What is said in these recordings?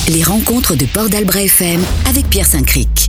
Les rencontres de Port d'Albret FM avec Pierre Saint-Cric.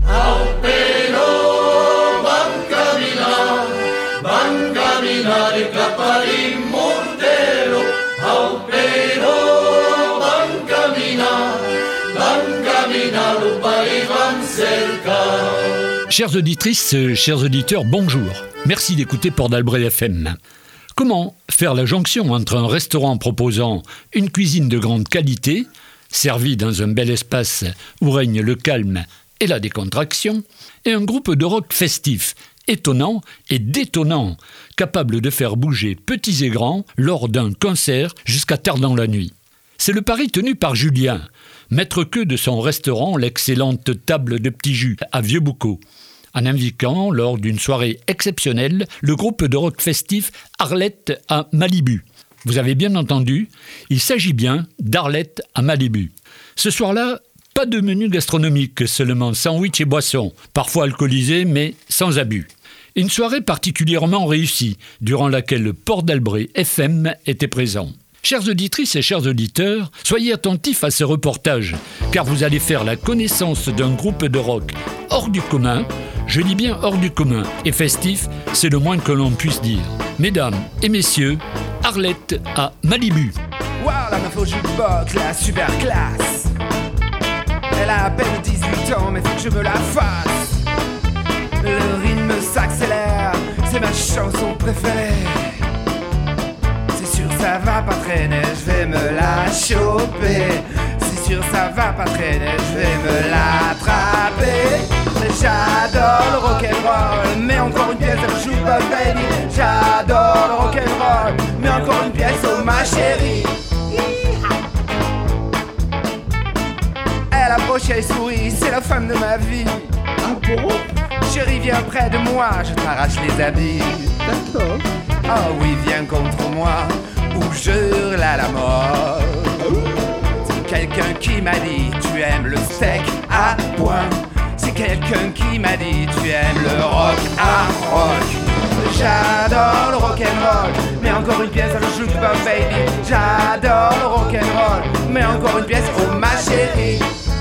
Chères auditrices, chers auditeurs, bonjour. Merci d'écouter Port d'Albret FM. Comment faire la jonction entre un restaurant proposant une cuisine de grande qualité, servie dans un bel espace où règne le calme et la décontraction, et un groupe de rock festif, étonnant et détonnant, capable de faire bouger petits et grands lors d'un concert jusqu'à tard dans la nuit. C'est le pari tenu par Julien, maître-queux de son restaurant, l'excellente table de petits jus à Vieux-Boucau, en invitant, lors d'une soirée exceptionnelle, le groupe de rock festif Arlette à Malibu. Vous avez bien entendu, il s'agit bien d'Arlette à Malibu. Ce soir-là, pas de menu gastronomique, seulement sandwich et boissons, parfois alcoolisés, mais sans abus. Une soirée particulièrement réussie, durant laquelle Port d'Albret FM était présent. Chères auditrices et chers auditeurs, soyez attentifs à ce reportage, car vous allez faire la connaissance d'un groupe de rock hors du commun. Je dis bien hors du commun, et festif, c'est le moins que l'on puisse dire. Mesdames et messieurs, Arlette à Malibu. Wow, la meuf au jukebox, la super classe. Elle a à peine 18 ans, mais faut que je me la fasse. Le rythme s'accélère, c'est ma chanson préférée. C'est sûr ça va pas traîner, je vais me la choper. C'est sûr ça va pas traîner, je vais me l'attraper. J'adore le rock'n'roll, mais encore une pièce de jukebox baby. J'adore le rock'n'roll, mais encore une pièce, oh ma chérie. Elle approche, elle sourit, c'est la femme de ma vie. Ah bon? Chérie, viens près de moi, je t'arrache les habits. D'accord. Oh oui, viens contre moi, ou jure la mort. C'est quelqu'un qui m'a dit, tu aimes le steak à point. C'est quelqu'un qui m'a dit, tu aimes le rock à rock. J'adore le rock'n'roll, mais encore une pièce à le jukebox baby. J'adore le rock'n'roll, mais encore une pièce, oh ma chérie.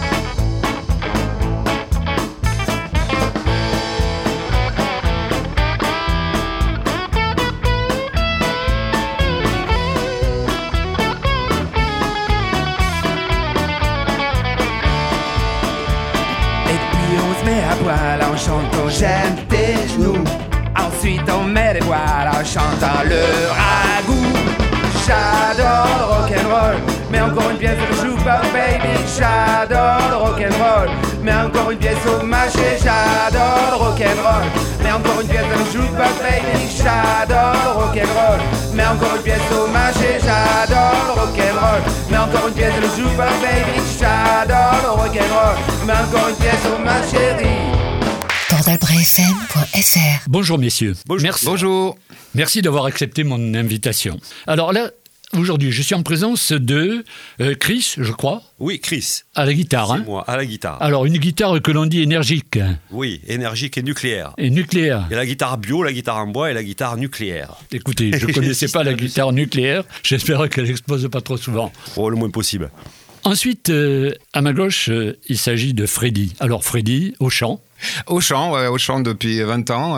En chantant j'aime tes genoux. Ensuite on met les voiles en chantant le ragoût. J'adore le rock'n'roll, mais encore une pièce de jukebox baby. J'adore le rock'n'roll, mais encore une pièce au marché. J'adore le rock'n'roll, mais encore une pièce de jukebox baby. J'adore le rock'n'roll, mais encore une pièce au marché. J'adore le rock'n'roll, mais encore une pièce de jukebox baby. J'adore le rock'n'roll, mais encore une pièce au marché. PortDalbretFM.fr. Bonjour messieurs. Merci. Bonjour. Merci d'avoir accepté mon invitation. Alors là, aujourd'hui, je suis en présence de Chris, je crois. Oui, Chris. À la guitare. C'est moi, à la guitare. Alors, une guitare que l'on dit énergique. Oui, énergique et nucléaire. Et nucléaire. Il y a la guitare bio, la guitare en bois et la guitare nucléaire. Écoutez, je ne connaissais pas la guitare nucléaire. J'espère qu'elle n'explose pas trop souvent. Oh, le moins possible. Ensuite, à ma gauche, il s'agit de Freddy. Alors, Freddy, au chant. Au chant depuis 20 ans.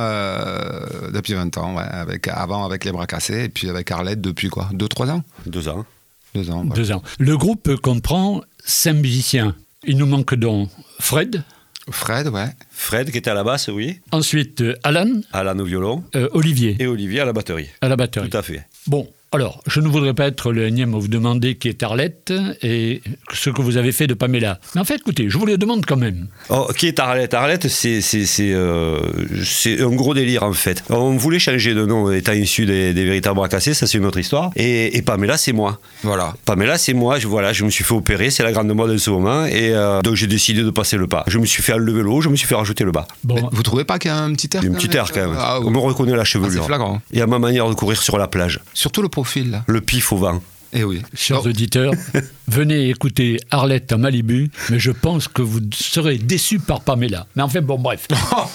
Avant avec les bras cassés, et puis avec Arlette depuis quoi 2-3 ans 2 ans. 2 ans. 2 ans. Le groupe comprend 5 musiciens. Il nous manque donc Fred. Fred, ouais. Fred qui était à la basse, oui. Ensuite, Alan. Alan au violon. Olivier. Et Olivier à la batterie. À la batterie. Tout à fait. Bon. Alors, je ne voudrais pas être le énième à vous demander qui est Arlette et ce que vous avez fait de Pamela. Mais en fait, écoutez, je vous le demande quand même. Oh, qui est Arlette ? Arlette, c'est un gros délire en fait. On voulait changer de nom étant issu des véritables bras cassés, ça c'est une autre histoire. Et Pamela, c'est moi. Voilà. Pamela, c'est moi. Je me suis fait opérer, c'est la grande mode en ce moment. Et donc j'ai décidé de passer le pas. Je me suis fait enlever le haut, je me suis fait rajouter le bas. Bon. Vous trouvez pas qu'il y a un petit air ? Il y a un petit air quand même. Ah, on me reconnaît la chevelure. c'est flagrant. Et à ma manière de courir sur la plage. Surtout le profil là. Le pif au vent. Eh oui. Chers auditeurs, venez écouter Arlette à Malibu, mais je pense que vous serez déçus par Pamela. Mais enfin, bon, bref.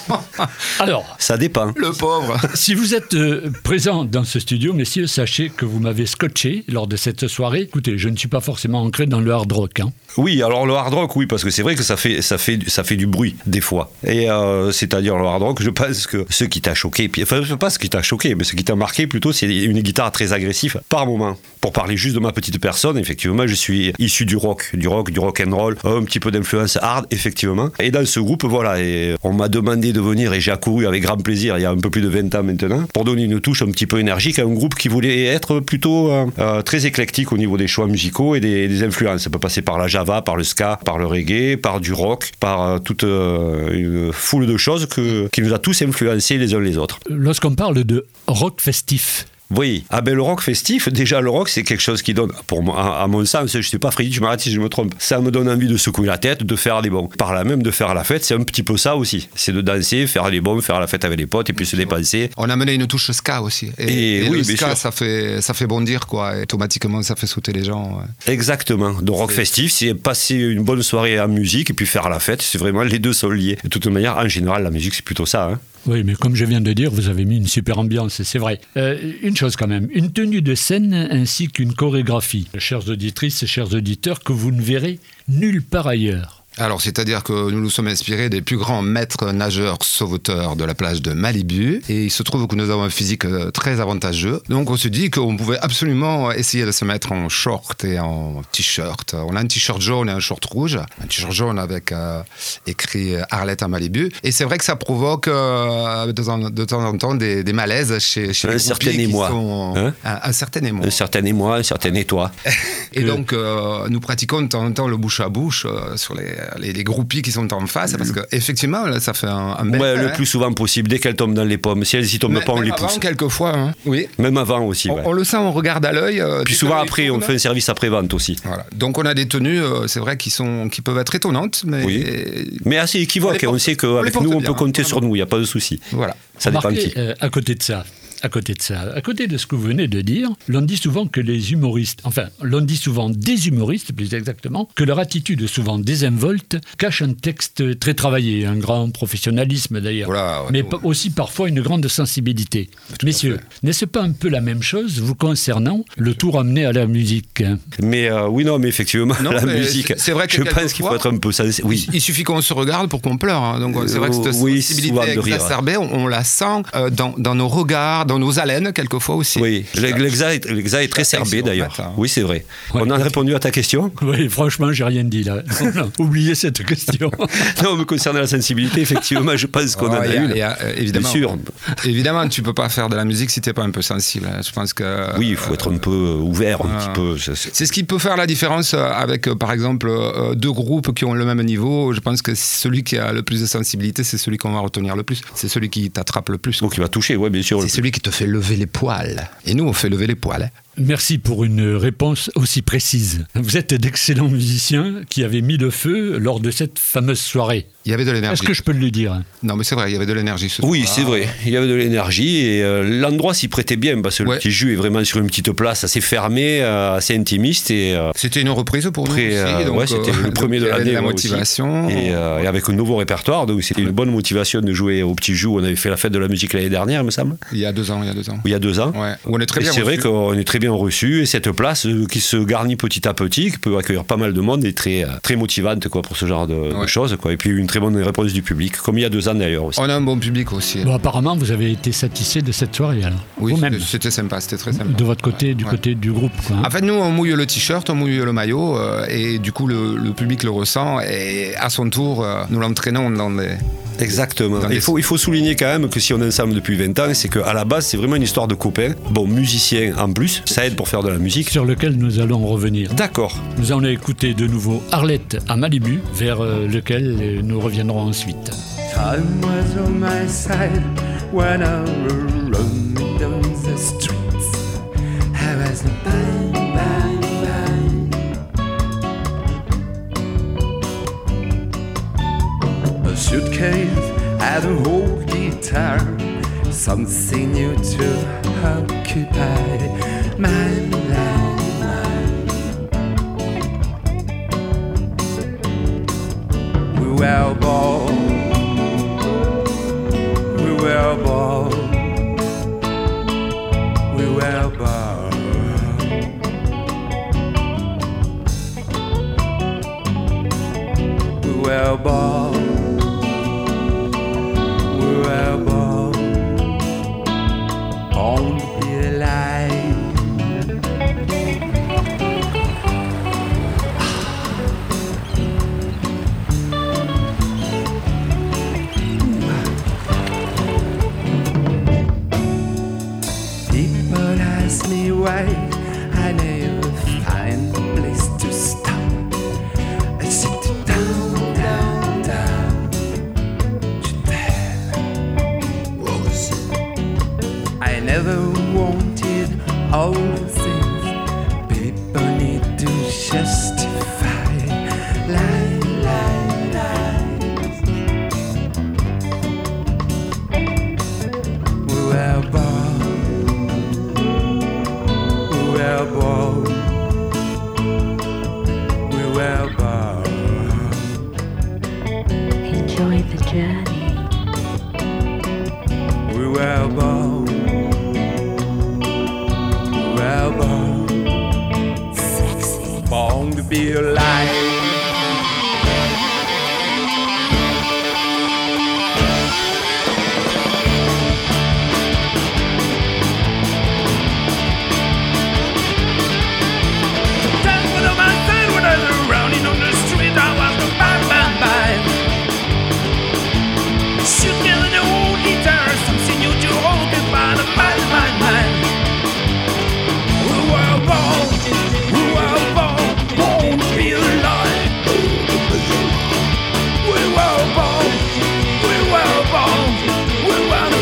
Alors, Ça dépend. Le pauvre. si vous êtes présents dans ce studio, messieurs, sachez que vous m'avez scotché lors de cette soirée. Écoutez, je ne suis pas forcément ancré dans le hard rock. Oui, alors le hard rock, oui, parce que c'est vrai que ça fait du bruit, des fois. Et c'est-à-dire le hard rock, je pense que ce qui t'a choqué, enfin, pas ce qui t'a choqué, mais ce qui t'a marqué plutôt, c'est une guitare très agressive par moment. Pour parler juste de ma petite personne, effectivement, je suis issu du rock and roll, un petit peu d'influence hard, effectivement. Et dans ce groupe, voilà, et on m'a demandé de venir et j'ai accouru avec grand plaisir il y a un peu plus de 20 ans maintenant, pour donner une touche un petit peu énergique à un groupe qui voulait être plutôt très éclectique au niveau des choix musicaux et des influences. Ça peut passer par la Java, par le ska, par le reggae, par du rock, par toute une foule de choses qui nous a tous influencés les uns les autres. Lorsqu'on parle de rock festif, Oui, le rock festif, déjà le rock c'est quelque chose qui donne, pour moi, à mon sens, je ne suis pas Freddy, tu m'arrêtes si je me trompe, ça me donne envie de secouer la tête, de faire des bons. Par là même de faire la fête, c'est un petit peu ça aussi. C'est de danser, faire des bons, faire la fête avec les potes et puis se dépenser. On a mené une touche ska aussi. Et oui, le bien ska, sûr. ça fait bondir, quoi. Et automatiquement, ça fait sauter les gens. Ouais. Exactement. De rock festif, c'est passer une bonne soirée en musique et puis faire la fête. C'est vraiment, les deux sont liés. De toute manière, en général, la musique, c'est plutôt ça. oui, mais comme je viens de dire, vous avez mis une super ambiance, c'est vrai. Une chose quand même, une tenue de scène ainsi qu'une chorégraphie. Chères auditrices et chers auditeurs, que vous ne verrez nulle part ailleurs. Alors, c'est-à-dire que nous nous sommes inspirés des plus grands maîtres nageurs sauveteurs de la plage de Malibu. Et il se trouve que nous avons un physique très avantageux. Donc, on se dit qu'on pouvait absolument essayer de se mettre en short et en t-shirt. On a un t-shirt jaune et un short rouge. Un t-shirt jaune avec écrit Arlette à Malibu. Et c'est vrai que ça provoque de temps en temps des malaises chez les certain groupies émoi. qui sont... Un certain émoi. Un certain émoi, un certain étoi. Et donc, nous pratiquons de temps en temps le bouche à bouche sur les groupies qui sont en face, parce qu'effectivement, là, ça fait un bel Ouais, effet, le plus souvent possible, dès qu'elles tombent dans les pommes. Si elles s'y tombent pas, on les avant, pousse. quelquefois, hein. Oui. Même avant aussi, ouais. On le sent, on regarde à l'œil. Puis souvent après, on fait un service après-vente aussi. Voilà. Donc on a des tenues, c'est vrai, qui peuvent être étonnantes, mais... Oui. Mais assez équivoques. On sait qu'avec nous, on peut compter sur nous, il n'y a pas de souci. Voilà. Ça dépend Remarquez, qui. à côté de ce que vous venez de dire, l'on dit souvent que les humoristes, enfin, l'on dit souvent des humoristes, plus exactement, que leur attitude souvent désinvolte cache un texte très travaillé, un grand professionnalisme d'ailleurs, Voilà, ouais, mais ouais. aussi parfois une grande sensibilité. Messieurs, n'est-ce pas un peu la même chose vous concernant le tout ramené à la musique? Mais oui, non, mais effectivement, Non, la mais musique, c'est vrai que je pense qu'il faut être un peu sensible. Oui. Il suffit qu'on se regarde pour qu'on pleure. Hein. Donc c'est vrai que cette Oui, sensibilité souvent de rire. exacerbée, on la sent dans nos regards, dans nos haleines, quelquefois aussi. Oui, l'exa est très cerbé d'ailleurs. Hein. Oui, c'est vrai. Ouais. On a répondu à ta question. Oui, franchement, j'ai rien dit là. Oubliez cette question. Non, me concernant la sensibilité, effectivement, je pense qu'on en a une. Évidemment, Bien sûr. Évidemment, tu peux pas faire de la musique si t'es pas un peu sensible. Je pense que. Oui, il faut être un peu ouvert, un petit peu. C'est ce qui peut faire la différence avec, par exemple, deux groupes qui ont le même niveau. Je pense que celui qui a le plus de sensibilité, c'est celui qu'on va retenir le plus. C'est celui qui t'attrape le plus. Donc il va toucher, oui, bien sûr. C'est celui qui te fait lever les poils. Et nous, on fait lever les poils. Merci pour une réponse aussi précise. Vous êtes d'excellents musiciens qui avaient mis le feu lors de cette fameuse soirée. Il y avait de l'énergie. Est-ce que je peux le dire? Non, mais c'est vrai, il y avait de l'énergie ce Oui, soir-là. c'est vrai. Il y avait de l'énergie et l'endroit s'y prêtait bien parce que Ouais. le petit jus est vraiment sur une petite place assez fermée, assez intimiste et C'était une reprise pour nous très, aussi. Donc, ouais, c'était le premier de il y avait l'année. de la ouais, aussi. motivation. Et avec un nouveau répertoire, donc c'était une bonne motivation de jouer au petit jus. On avait fait la fête de la musique l'année dernière, il me semble. Il y a 2 ans. Il y a 2 ans. Ouais. Où on est très Et bien c'est vrai reçus. qu'on est très bien reçu et cette place qui se garnit petit à petit, qui peut accueillir pas mal de monde, est très, très motivante quoi, pour ce genre de choses. Quoi. Et puis une très bonne réponse du public, comme il y a 2 ans d'ailleurs aussi. On a un bon public aussi. Bon, apparemment, vous avez été satisfait de cette soirée alors. Oui, Vous-même, c'était sympa, c'était très sympa. de votre côté, du côté du groupe. Quoi, hein. En fait, nous, on mouille le t-shirt, on mouille le maillot, et du coup, le public le ressent, et à son tour, nous l'entraînons dans des... Exactement. Dans les- Il faut souligner quand même que si on est ensemble depuis 20 ans, c'est qu'à la base, c'est vraiment une histoire de copains. Bon, musiciens en plus, ça aide pour faire de la musique. Sur lequel nous allons revenir. D'accord. Nous allons écouter de nouveau Arlette à Malibu, vers lequel nous reviendrons ensuite. Time was on my side when I was running down the streets. I was bang, bang, bang. A suitcase and an old guitar, something new to occupy my life. were born. We were born. We were born. We were born. We were born. Born to be alive. People ask me why I never find a place to stop. I sit down, down, down. I never wanted all the things people need to justify. Lie, lie, lies. We were born. We were born. We were born. Enjoy the journey. We were born. We were born. Sexy. Born to be alive. Time for the man said when I was rounding on the street, I was the bang, bang, bang. Shooting in the old guitar, something new to occupy the mind, mind, mind. We were born, born to be alive. We were born, we were born, we were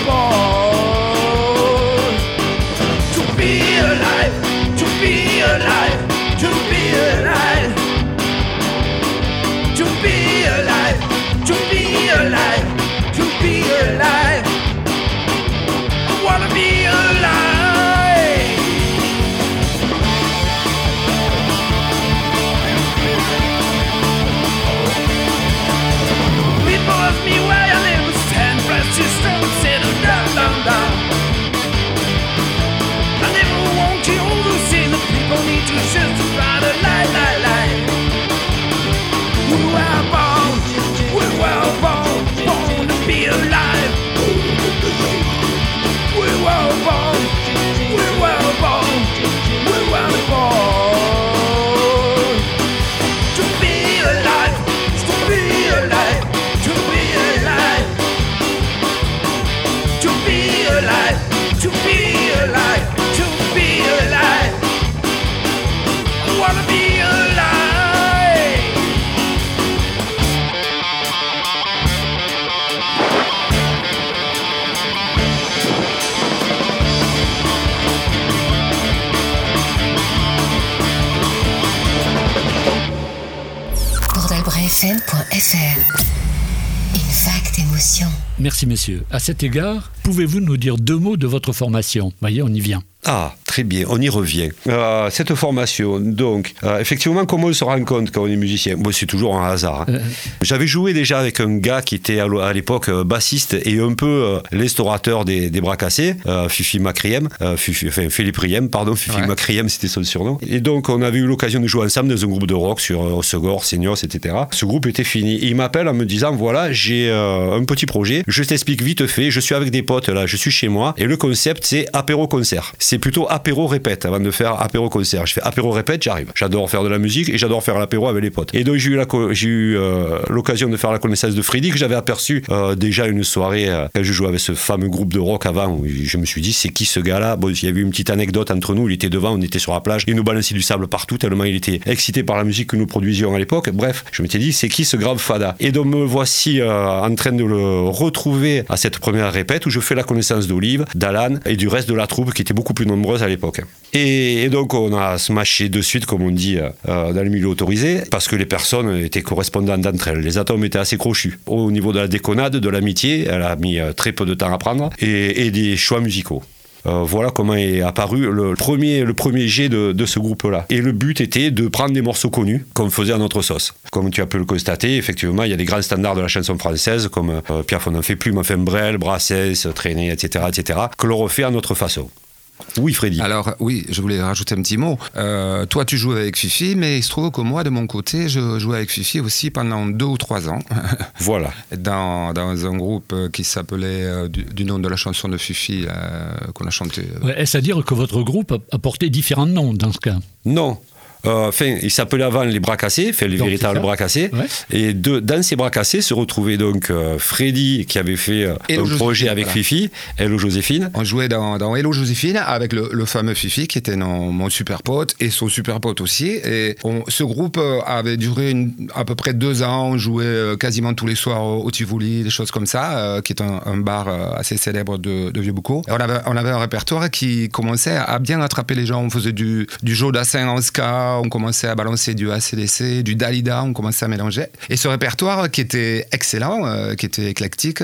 born to be alive, to be alive, to be alive, to be alive, to be alive, to be alive. I wanna be alive. People ask me why I live in San Francisco, settle down, down, down. I never want you to see the people need to justify the lie, lie, lie. We were born to be alive. We were born to be alive, to be alive, to be alive, to be alive, to be alive, to be alive. I wanna be alive. BordalBreFM.fr. Une vague d'émotion. Merci messieurs. À cet égard, pouvez-vous nous dire 2 mots de votre formation ? Voyez, on y vient. Ah, très bien, on y revient. Cette formation, donc, effectivement, comment on se rend compte quand on est musicien ? Bon, c'est toujours un hasard. Hein. J'avais joué déjà avec un gars qui était à l'époque bassiste et un peu l'instaurateur des Bras Cassés, Fifi Macriem, Philippe Riem, pardon, Fifi Macriem, c'était son surnom. Et donc, on avait eu l'occasion de jouer ensemble dans un groupe de rock sur Osegor, Seignos, etc. Ce groupe était fini. Et il m'appelle en me disant, voilà, j'ai un petit projet, je t'explique vite fait, je suis avec des potes là, je suis chez moi, et le concept, c'est apéro-concert. C'est plutôt apéro-répète avant de faire apéro-concert. Je fais apéro-répète, j'arrive. J'adore faire de la musique et j'adore faire l'apéro avec les potes. Et donc j'ai eu l'occasion de faire la connaissance de Freddy, que j'avais aperçu déjà une soirée quand je jouais avec ce fameux groupe de rock avant, où je me suis dit, c'est qui ce gars-là ? Bon, il y avait une petite anecdote entre nous, il était devant, on était sur la plage, il nous balançait du sable partout, tellement il était excité par la musique que nous produisions à l'époque. Bref, je m'étais dit, c'est qui ce grave fada ? Et donc me voici en train de le retrouver à cette première répète où je fais la connaissance d'Olive, d'Alan et du reste de la troupe qui était beaucoup plus nombreuse à l'époque. Et donc on a smashé de suite, comme on dit dans le milieu autorisé, parce que les personnes étaient correspondantes entre elles. Les atomes étaient assez crochus. Au niveau de la déconnade, de l'amitié, elle a mis très peu de temps à prendre, et des choix musicaux. Voilà comment est apparu le premier jet de ce groupe-là. Et le but était de prendre des morceaux connus qu'on faisait à notre sauce. Comme tu as pu le constater, effectivement, il y a des grands standards de la chanson française comme Pierre Fondant fait Plume, enfin Brel, Brassens, Traîné, etc., que l'on refait à notre façon. Oui, Freddy. Alors, oui, je voulais rajouter un petit mot. Toi, tu joues avec Fifi, mais il se trouve que moi, de mon côté, je jouais avec Fifi aussi pendant 2 ou 3 ans. Voilà. Dans un groupe qui s'appelait du nom de la chanson de Fifi qu'on a chanté. Ouais, est-ce à dire que votre groupe a porté différents noms dans ce cas? Non. Il s'appelait avant les Bras Cassés, les Donc, véritables Bras Cassés. Ouais. Et dans ces Bras Cassés se retrouvait donc Freddy qui avait fait un projet avec Fifi, Hello Joséphine. On jouait dans Hello Joséphine avec le fameux Fifi qui était mon super pote et son super pote aussi. Et ce groupe avait duré à peu près 2 ans. On jouait quasiment tous les soirs au Tivoli, des choses comme ça, qui est un bar assez célèbre de Vieux-Boucau. On avait un répertoire qui commençait à bien attraper les gens. On faisait du Joe Dassin en ska. On commençait à balancer du AC/DC, du Dalida, on commençait à mélanger. Et ce répertoire qui était excellent, qui était éclectique,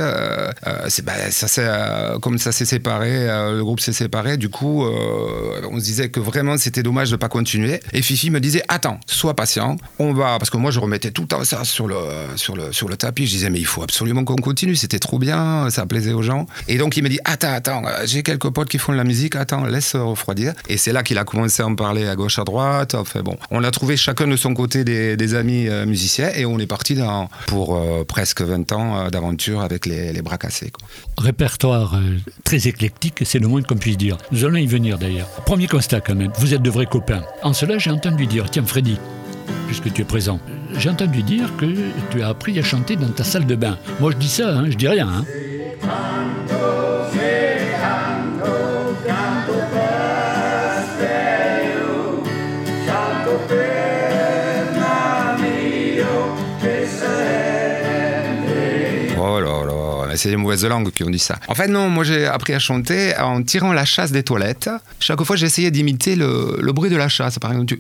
comme ça s'est séparé, le groupe s'est séparé, du coup, on se disait que vraiment c'était dommage de ne pas continuer. Et Fifi me disait, attends, sois patient, parce que moi je remettais tout le temps ça sur le tapis, je disais, mais il faut absolument qu'on continue, c'était trop bien, ça plaisait aux gens. Et donc il me dit, attends, j'ai quelques potes qui font de la musique, attends, laisse refroidir. Et c'est là qu'il a commencé à en parler à gauche, à droite. Enfin bon, on a trouvé chacun de son côté des amis musiciens et on est parti pour presque 20 ans d'aventure avec les Bras Cassés. Quoi. Répertoire très éclectique, c'est le moins qu'on puisse dire. Nous allons y venir d'ailleurs. Premier constat quand même, vous êtes de vrais copains. En cela, j'ai entendu dire, tiens Freddy, puisque tu es présent, j'ai entendu dire que tu as appris à chanter dans ta salle de bain. Moi je dis ça, je dis rien. Oh là là, c'est les mauvaises langues qui ont dit ça. En fait, non, moi j'ai appris à chanter en tirant la chasse des toilettes. Chaque fois, j'essayais d'imiter le bruit de la chasse. Par exemple,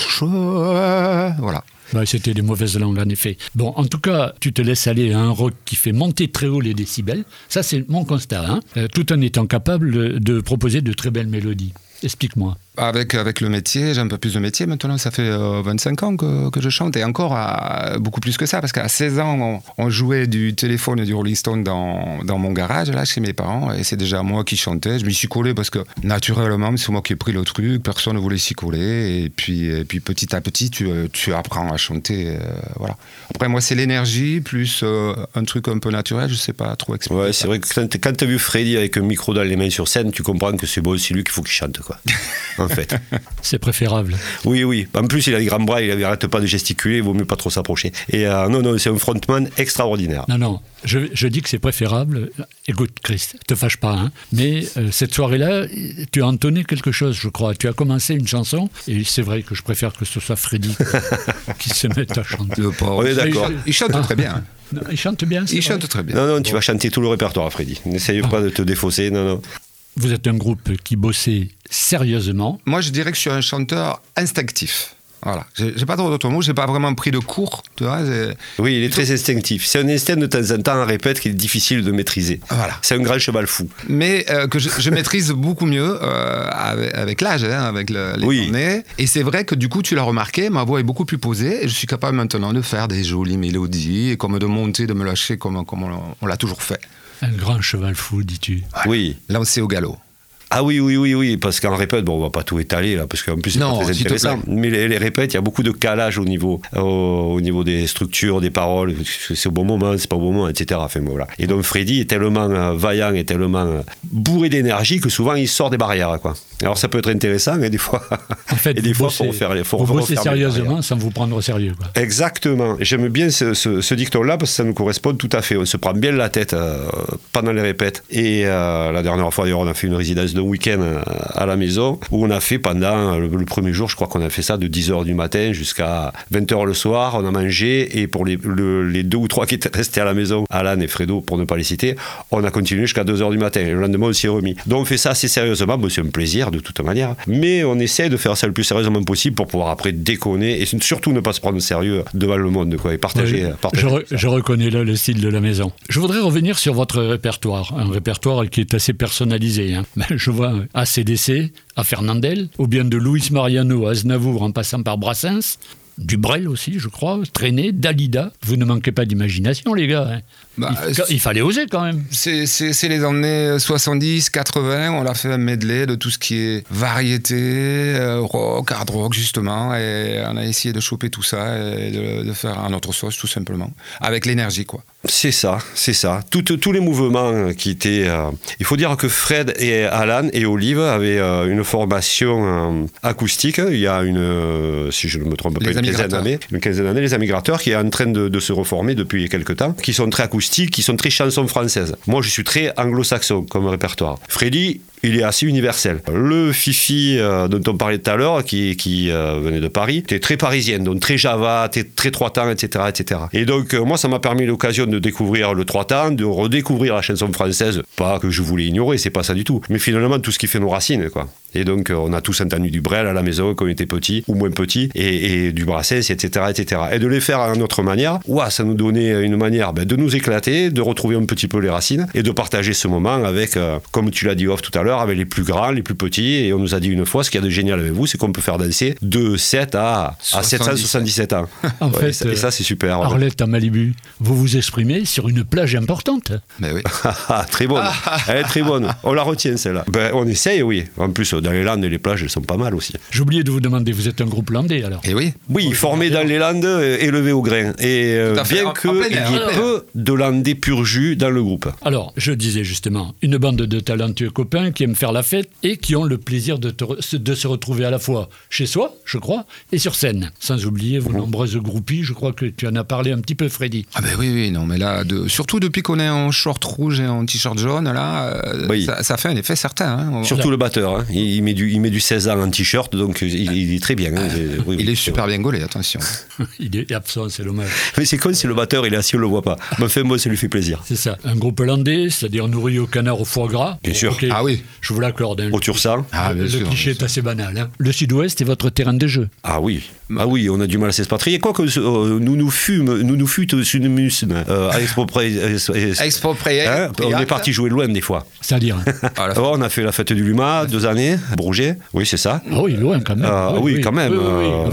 voilà. Bah, c'était des mauvaises langues, en effet. Bon, en tout cas, tu te laisses aller à un rock qui fait monter très haut les décibels. Ça, c'est mon constat, tout en étant capable de proposer de très belles mélodies. Explique-moi. Avec le métier, j'ai un peu plus de métier. Maintenant, ça fait 25 ans que je chante et encore beaucoup plus que ça parce qu'à 16 ans, on jouait du téléphone et du Rolling Stone dans mon garage, là, chez mes parents et c'est déjà moi qui chantais. Je m'y suis collé parce que naturellement, c'est moi qui ai pris le truc, personne ne voulait s'y coller et puis petit à petit, tu apprends à chanter. Voilà. Après, moi, c'est l'énergie plus un truc un peu naturel, je ne sais pas trop expliquer. Ouais, c'est vrai que quand tu as vu Freddy avec un micro dans les mains sur scène, tu comprends que c'est c'est lui qu'il faut qu'il chante, quoi. En fait. C'est préférable. Oui. En plus, il a les grands bras, il n'arrête pas de gesticuler, il vaut mieux pas trop s'approcher. Et non, c'est un frontman extraordinaire. Non, je dis que c'est préférable. Écoute, Chris, te fâche pas, mais cette soirée-là, tu as entonné quelque chose, je crois. Tu as commencé une chanson, et c'est vrai que je préfère que ce soit Freddy qui se mette à chanter. Le pauvre. On est d'accord. Il chante très bien. Non, il chante bien, c'est Il vrai. chante très bien. Non, tu vas chanter tout le répertoire, Freddy. N'essaye pas de te défausser, non. Vous êtes un groupe qui bossait sérieusement. Moi, je dirais que je suis un chanteur instinctif. Voilà. J'ai pas trop d'autres mots, j'ai pas vraiment pris de cours, tu vois. Oui, il est très instinctif. C'est un instinct de temps en temps, on répète, qui est difficile de maîtriser. Voilà. C'est un grand cheval fou. Mais que je maîtrise beaucoup mieux avec l'âge, avec les années. Et c'est vrai que du coup, tu l'as remarqué, ma voix est beaucoup plus posée et je suis capable maintenant de faire des jolies mélodies et comme de monter, de me lâcher comme on l'a toujours fait. Un grand cheval fou, dis-tu. Voilà. Oui. Lancé au galop. Ah oui, parce qu'en répète, on va pas tout étaler là, parce qu'en plus c'est pas très intéressant. Mais les répètes, il y a beaucoup de calage au niveau des structures, des paroles. C'est au bon moment, c'est pas au bon moment, etc. Enfin, voilà. Et donc Freddy est tellement vaillant et tellement bourré d'énergie que souvent il sort des barrières, quoi. Alors ça peut être intéressant, mais des fois, en fait, et des fois, faut bosser sérieusement sans vous prendre au sérieux, quoi. Exactement. J'aime bien ce dicton-là parce que ça nous correspond tout à fait. On se prend bien la tête pendant les répètes. Et la dernière fois, d'ailleurs, on a fait une résidence de week-end à la maison où on a fait pendant le premier jour, je crois qu'on a fait ça de 10h du matin jusqu'à 20h le soir. On a mangé et pour les 2 ou 3 qui étaient restés à la maison, Alan et Fredo, pour ne pas les citer, on a continué jusqu'à 2h du matin. Et le lendemain, on s'y est remis. Donc on fait ça assez sérieusement. C'est un plaisir. de toute manière. Mais on essaie de faire ça le plus sérieusement possible pour pouvoir après déconner et surtout ne pas se prendre au sérieux devant le monde, quoi, et partager. Je reconnais là le style de la maison. Je voudrais revenir sur votre répertoire, un répertoire qui est assez personnalisé. Je vois AC/DC à Fernandel, ou bien de Luis Mariano à Aznavour en passant par Brassens, du Brel aussi, je crois, Trenet, Dalida. Vous ne manquez pas d'imagination, les gars. Il fallait oser quand même. C'est les années 70, 80. On a fait un medley de tout ce qui est variété, rock, hard rock, justement. Et on a essayé de choper tout ça et de faire à notre sauce, tout simplement. Avec l'énergie, quoi. C'est ça. Tous les mouvements qui étaient... il faut dire que Fred et Alan et Olive avaient une formation acoustique. Il y a si je ne me trompe pas, une quinzaine d'années, les Ammigrateurs, qui est en train de se reformer depuis quelques temps, qui sont très acoustiques, qui sont très chansons françaises. Moi, je suis très anglo-saxon comme répertoire. Freddy, il est assez universel. Le Fifi dont on parlait tout à l'heure, qui venait de Paris, était très parisien, donc très Java, très trois temps, etc., etc. Et donc, moi, ça m'a permis l'occasion de découvrir le trois temps, de redécouvrir la chanson française. Pas que je voulais ignorer, c'est pas ça du tout. Mais finalement, tout ce qui fait nos racines, quoi. Et donc, on a tous entendu du Brel à la maison quand on était petits ou moins petits, et du Brassens, etc., etc. Et de les faire à notre manière, ça nous donnait une manière de nous éclater, de retrouver un petit peu les racines et de partager ce moment avec, comme tu l'as dit off tout à l'heure, avec les plus grands, les plus petits. Et on nous a dit une fois, ce qu'il y a de génial avec vous, c'est qu'on peut faire danser de 7 à 777 ans. En fait, et ça, c'est super. Arlette à Malibu, vous vous exprimez sur une plage importante. Mais oui. Très bonne. Elle est très bonne. On la retient, celle-là. On essaye, oui. En plus, dans les Landes et les plages, elles sont pas mal aussi. J'ai oublié de vous demander, vous êtes un groupe landais alors? Et oui. Oui, formé dans les Landes, élevé au grain. Et bien qu'il y ait peu de Landais pur jus dans le groupe. Alors, je disais justement, une bande de talentueux copains qui aiment faire la fête et qui ont le plaisir de se retrouver à la fois chez soi, je crois, et sur scène. Sans oublier vos nombreuses groupies, je crois que tu en as parlé un petit peu, Freddy. Ah ben oui, non, mais là, surtout depuis qu'on est en short rouge et en t-shirt jaune, là, ça fait un effet certain. Hein. Surtout le batteur, hein. Il met du 16 ans en t-shirt, donc il est très bien. Hein. Il est super bien gaulé, attention. Il est absent, c'est dommage. Mais c'est comme si le batteur, il est assis, on le voit pas. Mais enfin, moi, ça lui fait plaisir. C'est ça. Un groupe landais, c'est-à-dire nourri au canard au foie gras. Bien sûr. Okay, ah oui. Je vous l'accorde. Hein. Au tursan. Le cliché est assez banal. Hein. Le Sud-Ouest est votre terrain de jeu. Ah oui. Ah oui, on a du mal à s'expatrier. Quoique nous fûtes à exproprier. Hein, on est parti jouer loin des fois. C'est-à-dire on a fait la fête du Luma, 2 années, Bourget. Oui, c'est ça. Ah oui, loin quand même. Oui, quand même.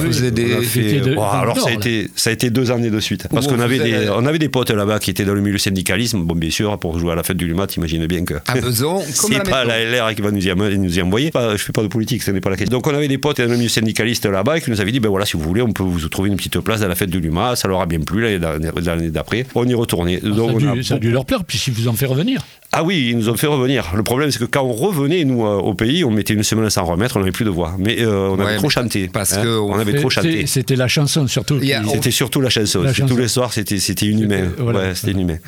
Alors ça a été 2 années de suite. Parce qu'on avait des potes là-bas qui étaient dans le milieu syndicalisme. Bon, bien sûr, pour jouer à la fête du Luma, t'imagines bien que c'est pas la LR qui va nous y envoyer. Je fais pas de politique, ce n'est pas la question. Donc on avait des potes dans le milieu syndicaliste là-bas qui nous avaient dit, ben voilà, si vous voulez, on peut vous trouver une petite place à la fête du Luma. Ça leur a bien plu l'année d'après. On y retournait. Donc, ça a dû leur plaire, puis si vous en fait revenir. Ah oui, ils nous ont fait revenir. Le problème, c'est que quand on revenait, nous, au pays, on mettait une semaine à s'en remettre, on n'avait plus de voix. Mais on avait trop chanté. On avait trop chanté. C'était la chanson, surtout. C'était surtout la chanson. Tous les soirs, c'était inhumain. C'était inhumain.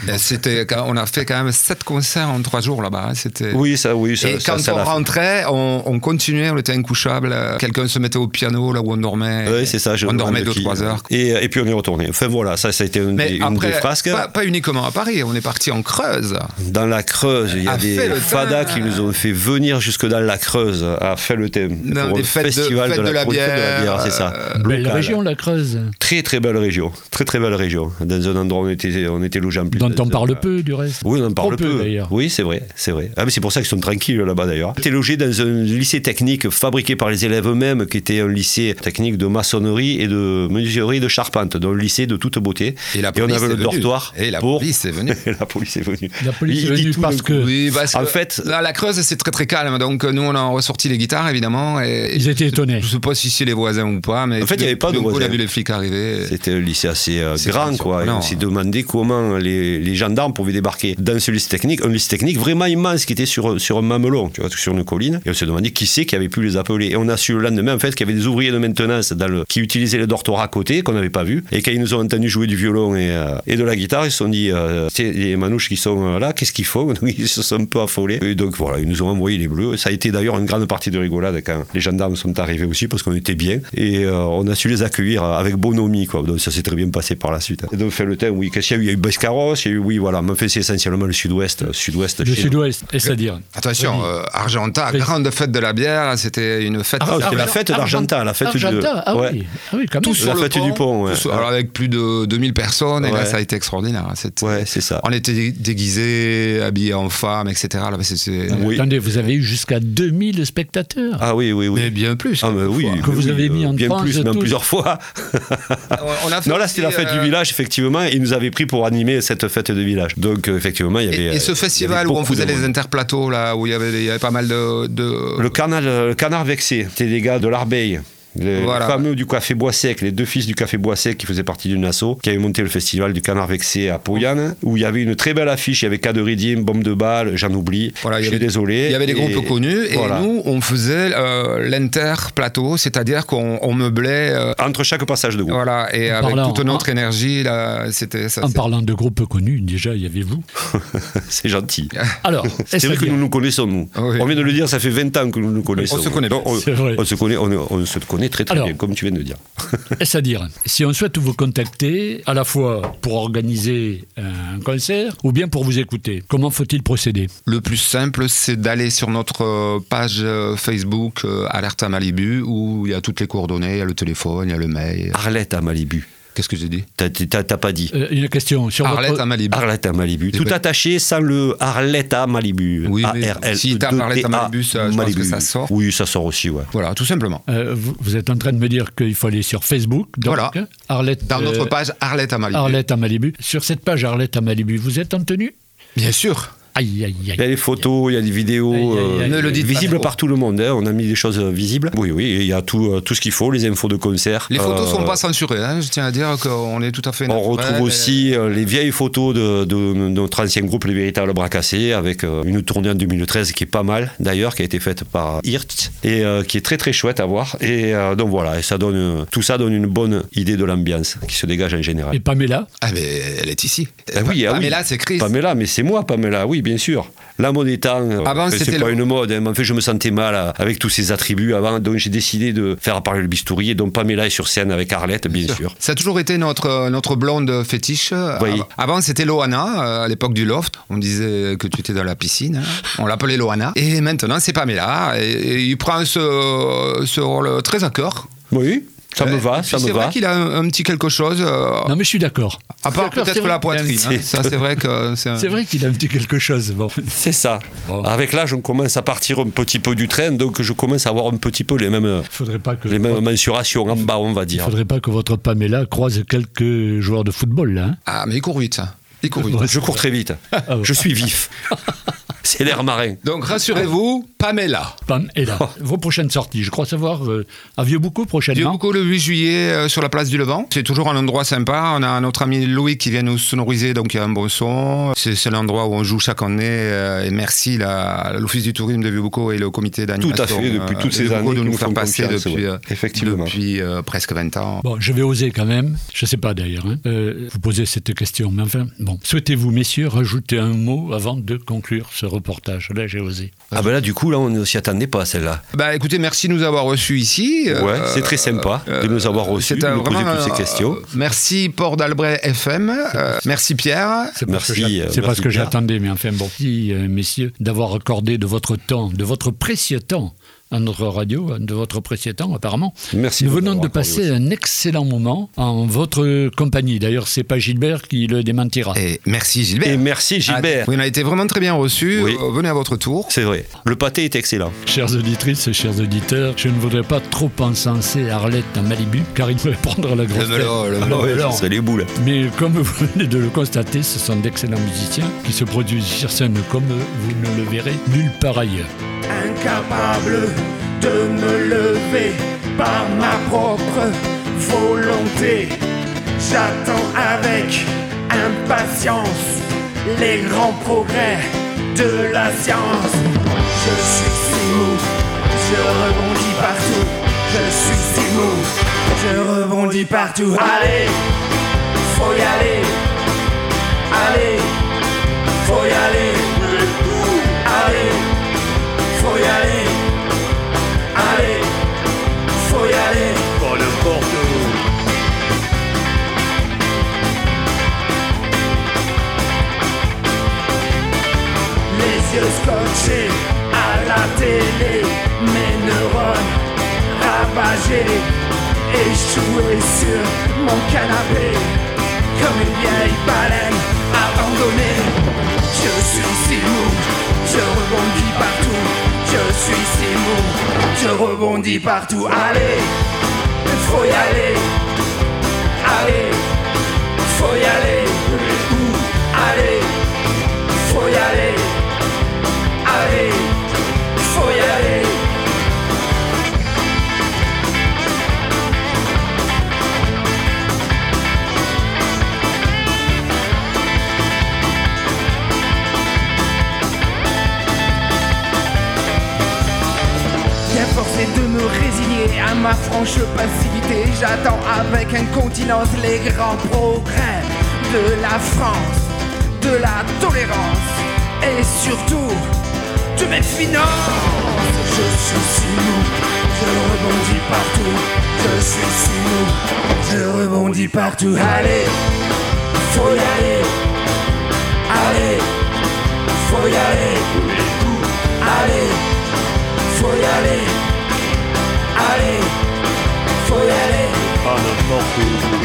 On a fait quand même 7 concerts en 3 jours là-bas. Oui. Et quand on rentrait, on continuait, on était incouchables. Quelqu'un se mettait au piano là où on dormait. Oui, c'est ça. On dormait 2-3 heures. Et puis on est retourné. Enfin voilà, ça a été une des frasques. Pas uniquement à Paris, on est parti en Creuse. Dans la Creuse, il y a des fadas qui nous ont fait venir jusque dans la Creuse à Felletin pour le festival de la bière, c'est ça. Belle région, la Creuse. Très très belle région, très belle région. Dans un endroit où on était logé en plus. Dont on parle peu du reste. Oui, on en parle peu. D'ailleurs. Oui, c'est vrai. Ah mais c'est pour ça qu'ils sont tranquilles là-bas d'ailleurs. On était logé dans un lycée technique fabriqué par les élèves eux-mêmes, qui était un lycée technique de maçonnerie et de menuiserie de charpente, donc un lycée de toute beauté. Et on avait le dortoir. Et la police est venue. La police est venue. La police est venue parce que. Oui, parce en que fait, là, la Creuse, c'est très très calme. Donc nous, on a ressorti les guitares évidemment. Et ils étaient étonnés. Je sais pas si c'est les voisins ou pas, mais en fait, il n'y avait pas de voisins. On a vu les flics arriver. C'était un lycée assez grand, quoi. Et on s'est demandé comment les gendarmes pouvaient débarquer dans ce lycée technique, un lycée technique vraiment immense qui était sur un mamelon, tu vois, sur une colline. Et on s'est demandé qui c'est qui avait pu les appeler. Et on a su le lendemain en fait qu'il y avait des ouvriers de maintenance qui utilisaient le dortoir à côté qu'on n'avait pas vu. Et quand ils nous ont entendu jouer du violon et de la guitare, ils se sont dit, les manouches qui sont là, qu'est-ce qu'ils font? Donc ils se sont un peu affolés. Et donc voilà, ils nous ont envoyé les bleus. Ça a été d'ailleurs une grande partie de rigolade quand les gendarmes sont arrivés aussi parce qu'on était bien. Et on a su les accueillir avec bonhomie, quoi. Donc ça s'est très bien passé par la suite. Et donc Felletin, oui, qu'est-ce qu'il y a eu? Il y a eu Bascaros, oui, voilà. Mais en fait, c'est essentiellement le sud-ouest. Le sud-ouest, et c'est-à-dire. Attention, attention, Argentat, grande fête de la bière, c'était une fête. Ah, c'était la fête d'Argentat, la fête Argentat, ah ouais. oui, ah oui, quand même. La fête du pont, ouais. Alors avec plus de 2000 personnes, et là Ouais. ça a été extraordinaire. Ouais, c'est ça. On était déguisés, habillés en femmes, etc. Là, Oui. Attendez, vous avez eu jusqu'à 2000 spectateurs. Ah oui. Mais bien plus. Ah, mais oui. Que vous avez mis en bien transe plus, même tous. plusieurs fois. On a fait Non, là, aussi, c'était la fête du village, effectivement. Ils nous avaient pris pour animer cette fête de village. Donc, effectivement, il y avait. Et ce festival où on faisait les interplateaux, là, où il y avait pas mal de... Le canard vexé, c'était des gars de l'Arbeille. Les fameux du Café Bois Sec, les deux fils du Café Bois Sec qui faisaient partie d'une asso, qui avaient monté le festival du Canard Vexé à Pauillanes, où il y avait une très belle affiche, il y avait Caderidim, Bombe de Balle, j'en oublie, je suis désolé. Il y avait des groupes connus, et voilà. nous, on faisait l'inter-plateau, c'est-à-dire qu'on meublait... entre chaque passage de groupe. Voilà, et avec toute notre énergie, là, c'était ça. En parlant de groupes connus, déjà, il y avait vous. C'est gentil. Alors, c'est vrai que nous nous connaissons, nous. Oui. On vient de le dire, ça fait 20 ans que nous nous connaissons. On se connaît bien. C'est vrai. On se connaît très bien, comme tu viens de dire. Est-ce à dire, si on souhaite vous contacter, à la fois pour organiser un concert ou bien pour vous écouter, comment faut-il procéder? Le plus simple, c'est d'aller sur notre page Facebook Alerte à Malibu, où il y a toutes les coordonnées, il y a le téléphone, il y a le mail. Arlette à Malibu. Qu'est-ce que j'ai dit? T'as pas dit. Une question sur Arlette à Malibu. Arlette à Malibu. Tout attaché sans le Arlette à Malibu. Oui, A-R-L. si t'as Arlette à Malibu, je pense que ça sort. Oui, ça sort aussi, ouais. Voilà, tout simplement. vous êtes en train de me dire qu'il faut aller sur Facebook. Donc, Voilà. Arlette, Dans notre page Arlette à Malibu. Arlette à Malibu. Sur cette page Arlette à Malibu, vous êtes en tenue? Bien sûr. Aïe, aïe, aïe. Il y a des photos, il y a des vidéos Aïe, aïe, aïe. Ne le dites pas visibles trop. par tout le monde. Hein. On a mis des choses visibles. Oui, et il y a tout ce qu'il faut, les infos de concert. Les photos ne sont pas censurées, hein. Je tiens à dire qu'on est tout à fait On naturel. retrouve aussi les vieilles photos de notre ancien groupe, les Véritables Bras Cassés, avec une tournée en 2013 qui est pas mal, d'ailleurs, qui a été faite par Hirt, et qui est très très chouette à voir. Et donc voilà, et tout ça donne une bonne idée de l'ambiance qui se dégage en général. Et Pamela? Ah, mais elle est ici. Pamela, c'est Chris. Pamela, mais c'est moi, Pamela, oui, bien sûr. La mode étant, Avant, c'est c'était pas une mode, hein, mais en fait, je me sentais mal avec tous ces attributs avant, donc j'ai décidé de faire parler le bistouri, et donc Pamela est sur scène avec Arlette, bien sûr. Ça a toujours été notre blonde fétiche. Oui. Avant, c'était Loana, à l'époque du loft. On disait que tu étais dans la piscine. Hein. On l'appelait Loana. Et maintenant, c'est Pamela. Et il prend ce rôle très à cœur. Oui, ça me va, ça me C'est va. vrai qu'il a un petit quelque chose. Non, mais je suis d'accord. À part D'accord, c'est peut-être vrai. la poitrine. hein. Ça, c'est vrai que C'est vrai qu'il a un petit quelque chose. Bon. C'est ça. Bon. Avec l'âge, on commence à partir un petit peu du train, donc je commence à avoir un petit peu les mêmes mensurations en bas, on va Il dire. faudrait pas que votre Pamela croise quelques joueurs de football, là. Hein. Ah, mais il court vite, ça. Il court vite. Je cours très vite. Je suis vif. C'est l'air marin. Donc, rassurez-vous, Pamela. Pam est là. Vos prochaines sorties, je crois savoir, à Vieux-Boucau prochainement. Vieux-Boucau le 8 juillet sur la place du Levant. C'est toujours un endroit sympa. On a notre ami Louis qui vient nous sonoriser, donc il y a un bon son. C'est l'endroit où on joue chaque année. Et merci l'Office du tourisme de Vieux-Boucau et le comité d'animation. Tout à fait, depuis toutes de ces Vieux-Boucau années de qu'ils nous nous faire font passer confiance, depuis, ouais. Effectivement. depuis presque 20 ans. Bon, je vais oser quand même, je sais pas d'ailleurs, hein, vous poser cette question, mais enfin, bon. Souhaitez-vous, messieurs, rajouter un mot avant de conclure ce reportage? Là, j'ai osé. Ah ben là, du coup, là, on ne s'y attendait pas, celle-là. Bah écoutez, merci de nous avoir reçus ici. Ouais, c'est très sympa de nous avoir reçus, de nous poser toutes ces questions. Merci Port d'Albret FM. Merci Pierre. C'est pas ce que Merci, c'est pas ce que Pierre. j'attendais, mais enfin bon. Merci, messieurs, d'avoir accordé de votre temps, de votre précieux temps à notre radio, de votre précieux temps apparemment. Merci. Nous de venons l'avoir de accordé passer aussi. un excellent moment en votre compagnie. D'ailleurs, c'est pas Gilbert qui le démentira. Et merci Gilbert. Et merci Gilbert. Oui, on a été vraiment très bien reçus. Oui. Venez à votre tour. C'est vrai. Le pâté est excellent. Chères auditrices, chers auditeurs, je ne voudrais pas trop encenser Arlette à Malibu, car il pourrait prendre la grosse tête. Alors, Ça serait les boules. mais comme vous venez de le constater, ce sont d'excellents musiciens qui se produisent sur scène comme vous ne le verrez nulle part ailleurs. Incapable de me lever par ma propre volonté, j'attends avec impatience les grands progrès de la science. Je suis si mou, je rebondis partout. Je suis si mou, je rebondis partout. Allez, faut y aller. Allez, faut y aller. Allez, faut y aller. Allez, faut y aller. Pas n'importe où. Les yeux scotchés à la télé, mes neurones ravagés, échoués sur mon canapé, comme une vieille baleine abandonnée. Je suis si mou, je rebondis partout. Je suis si mou, je rebondis partout. Allez, faut y aller. Allez, faut y aller. Allez, faut y aller. Allez, faut y aller. Forcé de me résigner à ma franche passivité, j'attends avec incontinence les grands progrès de la France, de la tolérance et surtout de mes finances. Je suis si mou, je rebondis partout. Je suis si mou, je rebondis partout. Allez, faut y aller. Allez, faut y aller. Allez, faut y aller. Allez, faut y aller. Pas n'importe où.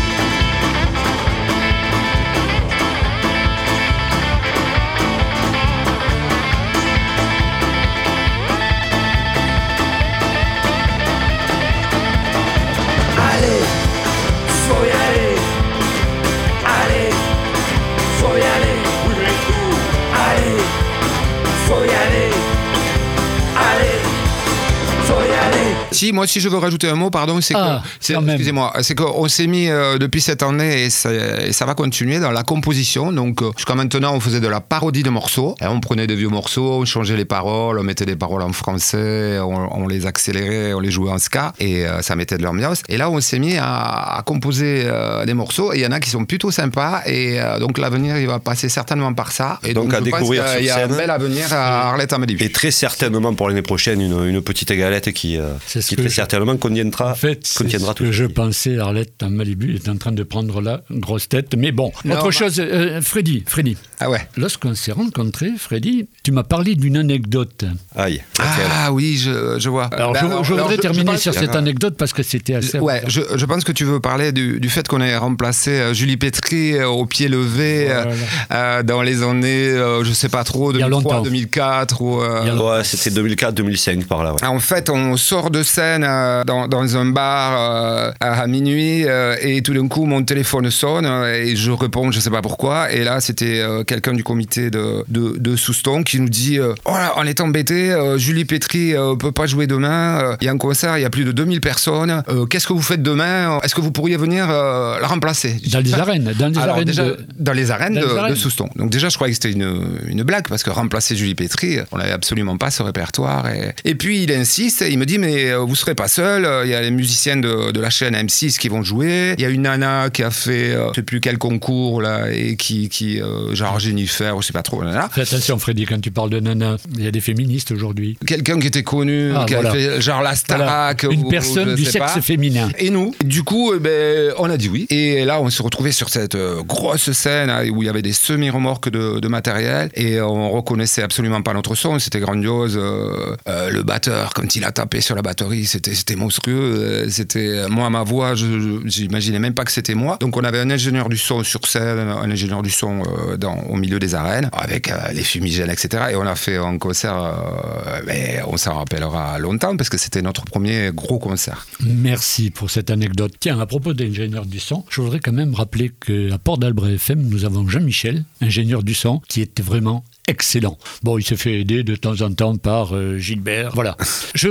Allez, faut y aller. Allez, faut y aller. Allez, faut y aller. Allez, faut y aller. Si, moi, si je veux rajouter un mot, pardon, c'est excusez-moi, c'est qu'on s'est mis depuis cette année et ça va continuer dans la composition. Donc, jusqu'à maintenant, on faisait de la parodie de morceaux. Et on prenait des vieux morceaux, on changeait les paroles, on mettait des paroles en français, on les accélérait, on les jouait en ska et ça mettait de l'ambiance. Et là, on s'est mis à composer des morceaux et il y en a qui sont plutôt sympas et donc l'avenir, il va passer certainement par ça. Et donc à découvrir sur scène. Il y a un bel avenir à Arlette à Malibu. Et très certainement pour l'année prochaine, une petite galette qui très certainement contiendra, en fait, contiendra tout. Ce que je pensais, Arlette à Malibu est en train de prendre la grosse tête. Mais bon, autre chose, Freddy. Ah ouais. Lorsqu'on s'est rencontrés, Freddy, tu m'as parlé d'une anecdote. Aïe. Ah oui, je vois. Alors, je voudrais terminer sur cette anecdote parce que c'était assez... Ouais, je pense que tu veux parler du fait qu'on ait remplacé Julie Pétry au pied levé dans les années, je sais pas trop, 2003, 2004. Ouais, c'était 2004-2005 par là. Ouais. En fait, on sort de scène dans un bar à minuit et tout d'un coup, mon téléphone sonne et je réponds, je sais pas pourquoi. Et là, c'était quelqu'un du comité de Souston qui nous dit oh là, on est embêté, Julie Pétry peut pas jouer demain, il y a un concert, il y a plus de 2000 personnes, qu'est-ce que vous faites demain? Est-ce que vous pourriez venir la remplacer? Dans les arènes. Dans les arènes de Souston. Donc déjà, je croyais que c'était une blague parce que remplacer Julie Pétry, on n'avait absolument pas ce répertoire. Et puis il insiste, il me dit mais vous serez pas seul, il y a les musiciens de la chaîne M6 qui vont jouer, il y a une nana qui a fait je sais plus quel concours là et qui genre Jennifer, je sais pas trop. Nana. Fais attention Freddy, quand tu parles de nana, il y a des féministes aujourd'hui. Quelqu'un qui était connu, qui a fait genre la Starac. Une personne du sexe féminin. Et nous, du coup, on a dit oui. Et là, on s'est retrouvés sur cette grosse scène où il y avait des semi-remorques de matériel et on reconnaissait absolument pas notre son, c'était grandiose. Le batteur, quand il a tapé sur la batterie, c'était monstrueux. C'était moi, ma voix, j'imaginais même pas que c'était moi. Donc on avait un ingénieur du son sur scène, un ingénieur du son au milieu des arènes, avec les fumigènes, etc. Et on a fait un concert, mais on s'en rappellera longtemps parce que c'était notre premier gros concert. Merci pour cette anecdote. Tiens, à propos d'ingénieur du son, je voudrais quand même rappeler qu'à Port d'Albret FM, nous avons Jean-Michel, ingénieur du son, qui était vraiment excellent. Bon, il se fait aider de temps en temps par Gilbert. Voilà. Je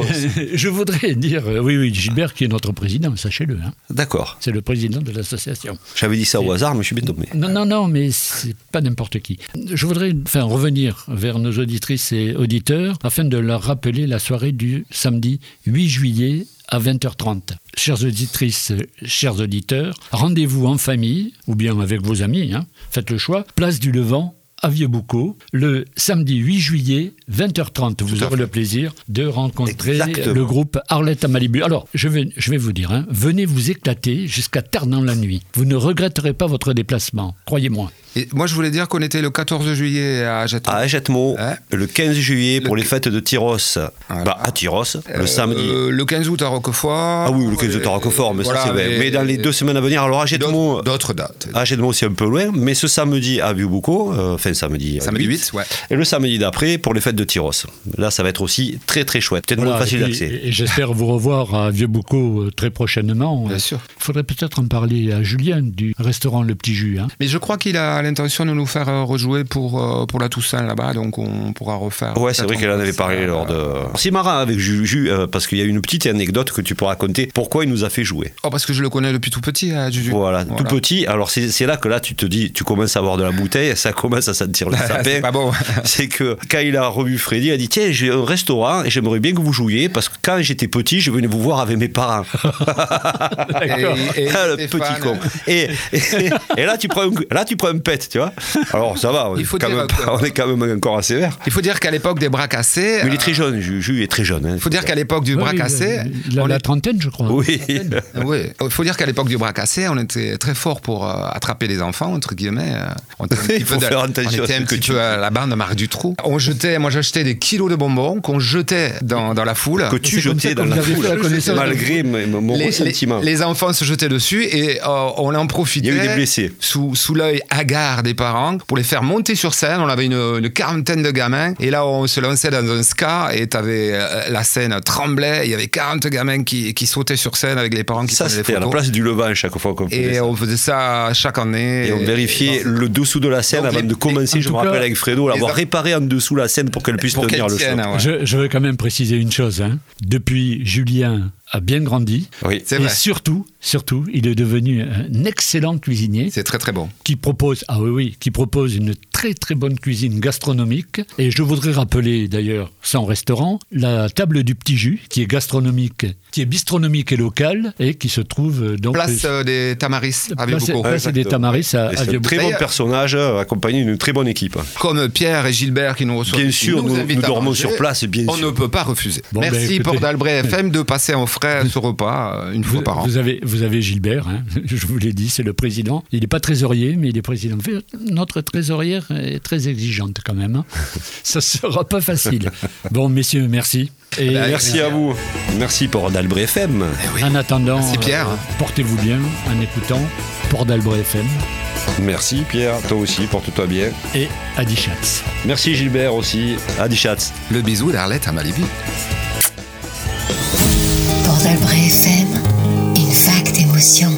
voudrais dire, oui, Gilbert qui est notre président, sachez-le. Hein. D'accord. C'est le président de l'association. J'avais dit ça au hasard, mais je suis bien tombé. Non, mais c'est pas n'importe qui. Je voudrais revenir vers nos auditrices et auditeurs afin de leur rappeler la soirée du samedi 8 juillet à 20h30. Chères auditrices, chers auditeurs, rendez-vous en famille ou bien avec vos amis, faites le choix, place du Levant, à Vieux-Boucau, le samedi 8 juillet, 20h30. Vous aurez le plaisir de rencontrer le groupe Arlette à Malibu. Alors, je vais vous dire, venez vous éclater jusqu'à tard dans la nuit. Vous ne regretterez pas votre déplacement, croyez-moi. Et moi, je voulais dire qu'on était le 14 juillet à Jetmo. À Jetmo, Ouais. le 15 juillet pour les fêtes de Tyros, Voilà. à Tyros, le samedi. Le 15 août à Roquefort. Ah oui, le 15 août à Roquefort, mais Voilà, ça c'est vrai. Mais dans les 2 semaines à venir, alors à Jetmo, D'autres dates. c'est un peu loin, mais ce samedi à Vieux-Boucau, samedi 8, ouais. et le samedi d'après pour les fêtes de Tyros. Là, ça va être aussi très très chouette, peut-être moins facile d'accès. Et j'espère vous revoir à Vieux-Boucau très prochainement. Bien sûr. Il faudrait peut-être en parler à Julien du restaurant Le Petit Jus. Hein. Mais je crois qu'il a l'intention de nous faire rejouer pour la Toussaint là-bas, donc on pourra refaire. Ouais, c'est vrai qu'elle en avait parlé lors de. C'est marrant avec Juju, parce qu'il y a une petite anecdote que tu peux raconter. Pourquoi il nous a fait jouer? Oh, parce que je le connais depuis tout petit, Juju. Voilà, tout petit. Alors c'est là que là tu te dis, tu commences à boire de la bouteille, ça commence à sentir le sapin. C'est pas bon. C'est que quand il a revu Freddy, il a dit tiens, j'ai un restaurant et j'aimerais bien que vous jouiez parce que quand j'étais petit, je venais vous voir avec mes parents. Et Ah, le Stéphane, petit con. Et là tu prends un pet, tu vois. Alors ça va, Il faut quand dire même, que- on est quand même encore assez vert. Il faut dire qu'à l'époque des bras cassés. Mais il est très jeune, Juju est très jeune. Hein. Il faut dire qu'à l'époque du bras Oui, cassé. Il a on la est- trentaine, je crois. Oui. Oui, il faut dire qu'à l'époque du bras cassé, on était très fort pour attraper les enfants, entre guillemets. On était un petit Il faut peu faire on attention à était ce un que petit tu peu à la bande de Marc Dutroux. Moi j'achetais des kilos de bonbons qu'on jetait dans la foule. Que tu C'est comme ça jetais que dans vous la avez foule, fait la connaissance. malgré mon ressentiment. Les enfants se jetaient dessus et on en profitait. Il y a eu des blessés. Sous l'œil hagard des parents pour les faire monter sur scène. On avait une quarantaine de gamins et là on se lançait dans un ska et t'avais la scène tremblait. Il y avait 40 gamins qui sautaient sur scène avec les parents qui Ça, prenaient des c'était à la photos. place du Levant chaque fois qu'on faisait Et ça. on faisait ça chaque année. Et on vérifiait le dessous de la scène Donc avant les- de commencer. en Je tout me rappelle cas, avec Fredo, l'avoir les- réparé en dessous la scène pour qu'elle puisse pour tenir qu'elle le choc. tienne, ouais. Je veux quand même préciser une chose. Hein. Depuis, Julien a bien grandi. Oui. C'est Et vrai. surtout, il est devenu un excellent cuisinier C'est très très bon. qui propose une très très bonne cuisine gastronomique. Et je voudrais rappeler d'ailleurs son restaurant, la table du Petit Jus, qui est gastronomique, qui est bistronomique et locale et qui se trouve donc Place des Tamaris à Vieux-Boucau. place des Tamaris Et à c'est un Vieux-Boucau. très bon D'ailleurs- personnage, accompagné d'une très bonne équipe. Comme Pierre et Gilbert qui nous reçoivent. Bien qui sûr, nous invitent à dormons manger, sur place, bien on sûr. ne peut pas refuser. Bon, ben, Merci écoutez. Port d'Albret FM de passer en frais ce repas une fois par an. Vous avez Gilbert, hein, je vous l'ai dit, c'est le président. Il n'est pas trésorier, mais il est président. Notre trésorière est très exigeante quand même. Hein. Ça ne sera pas facile. Bon, messieurs, merci. Et Merci à vous. Merci Port d'Albret FM. en attendant, Merci, Pierre. portez-vous bien en écoutant Port d'Albret FM Merci Pierre, toi aussi, porte-toi bien. et Adi Schatz. Merci Gilbert aussi. Adi Schatz. Le bisou d'Arlette à Malibu. Port d'Albret FM, une vague d'émotions.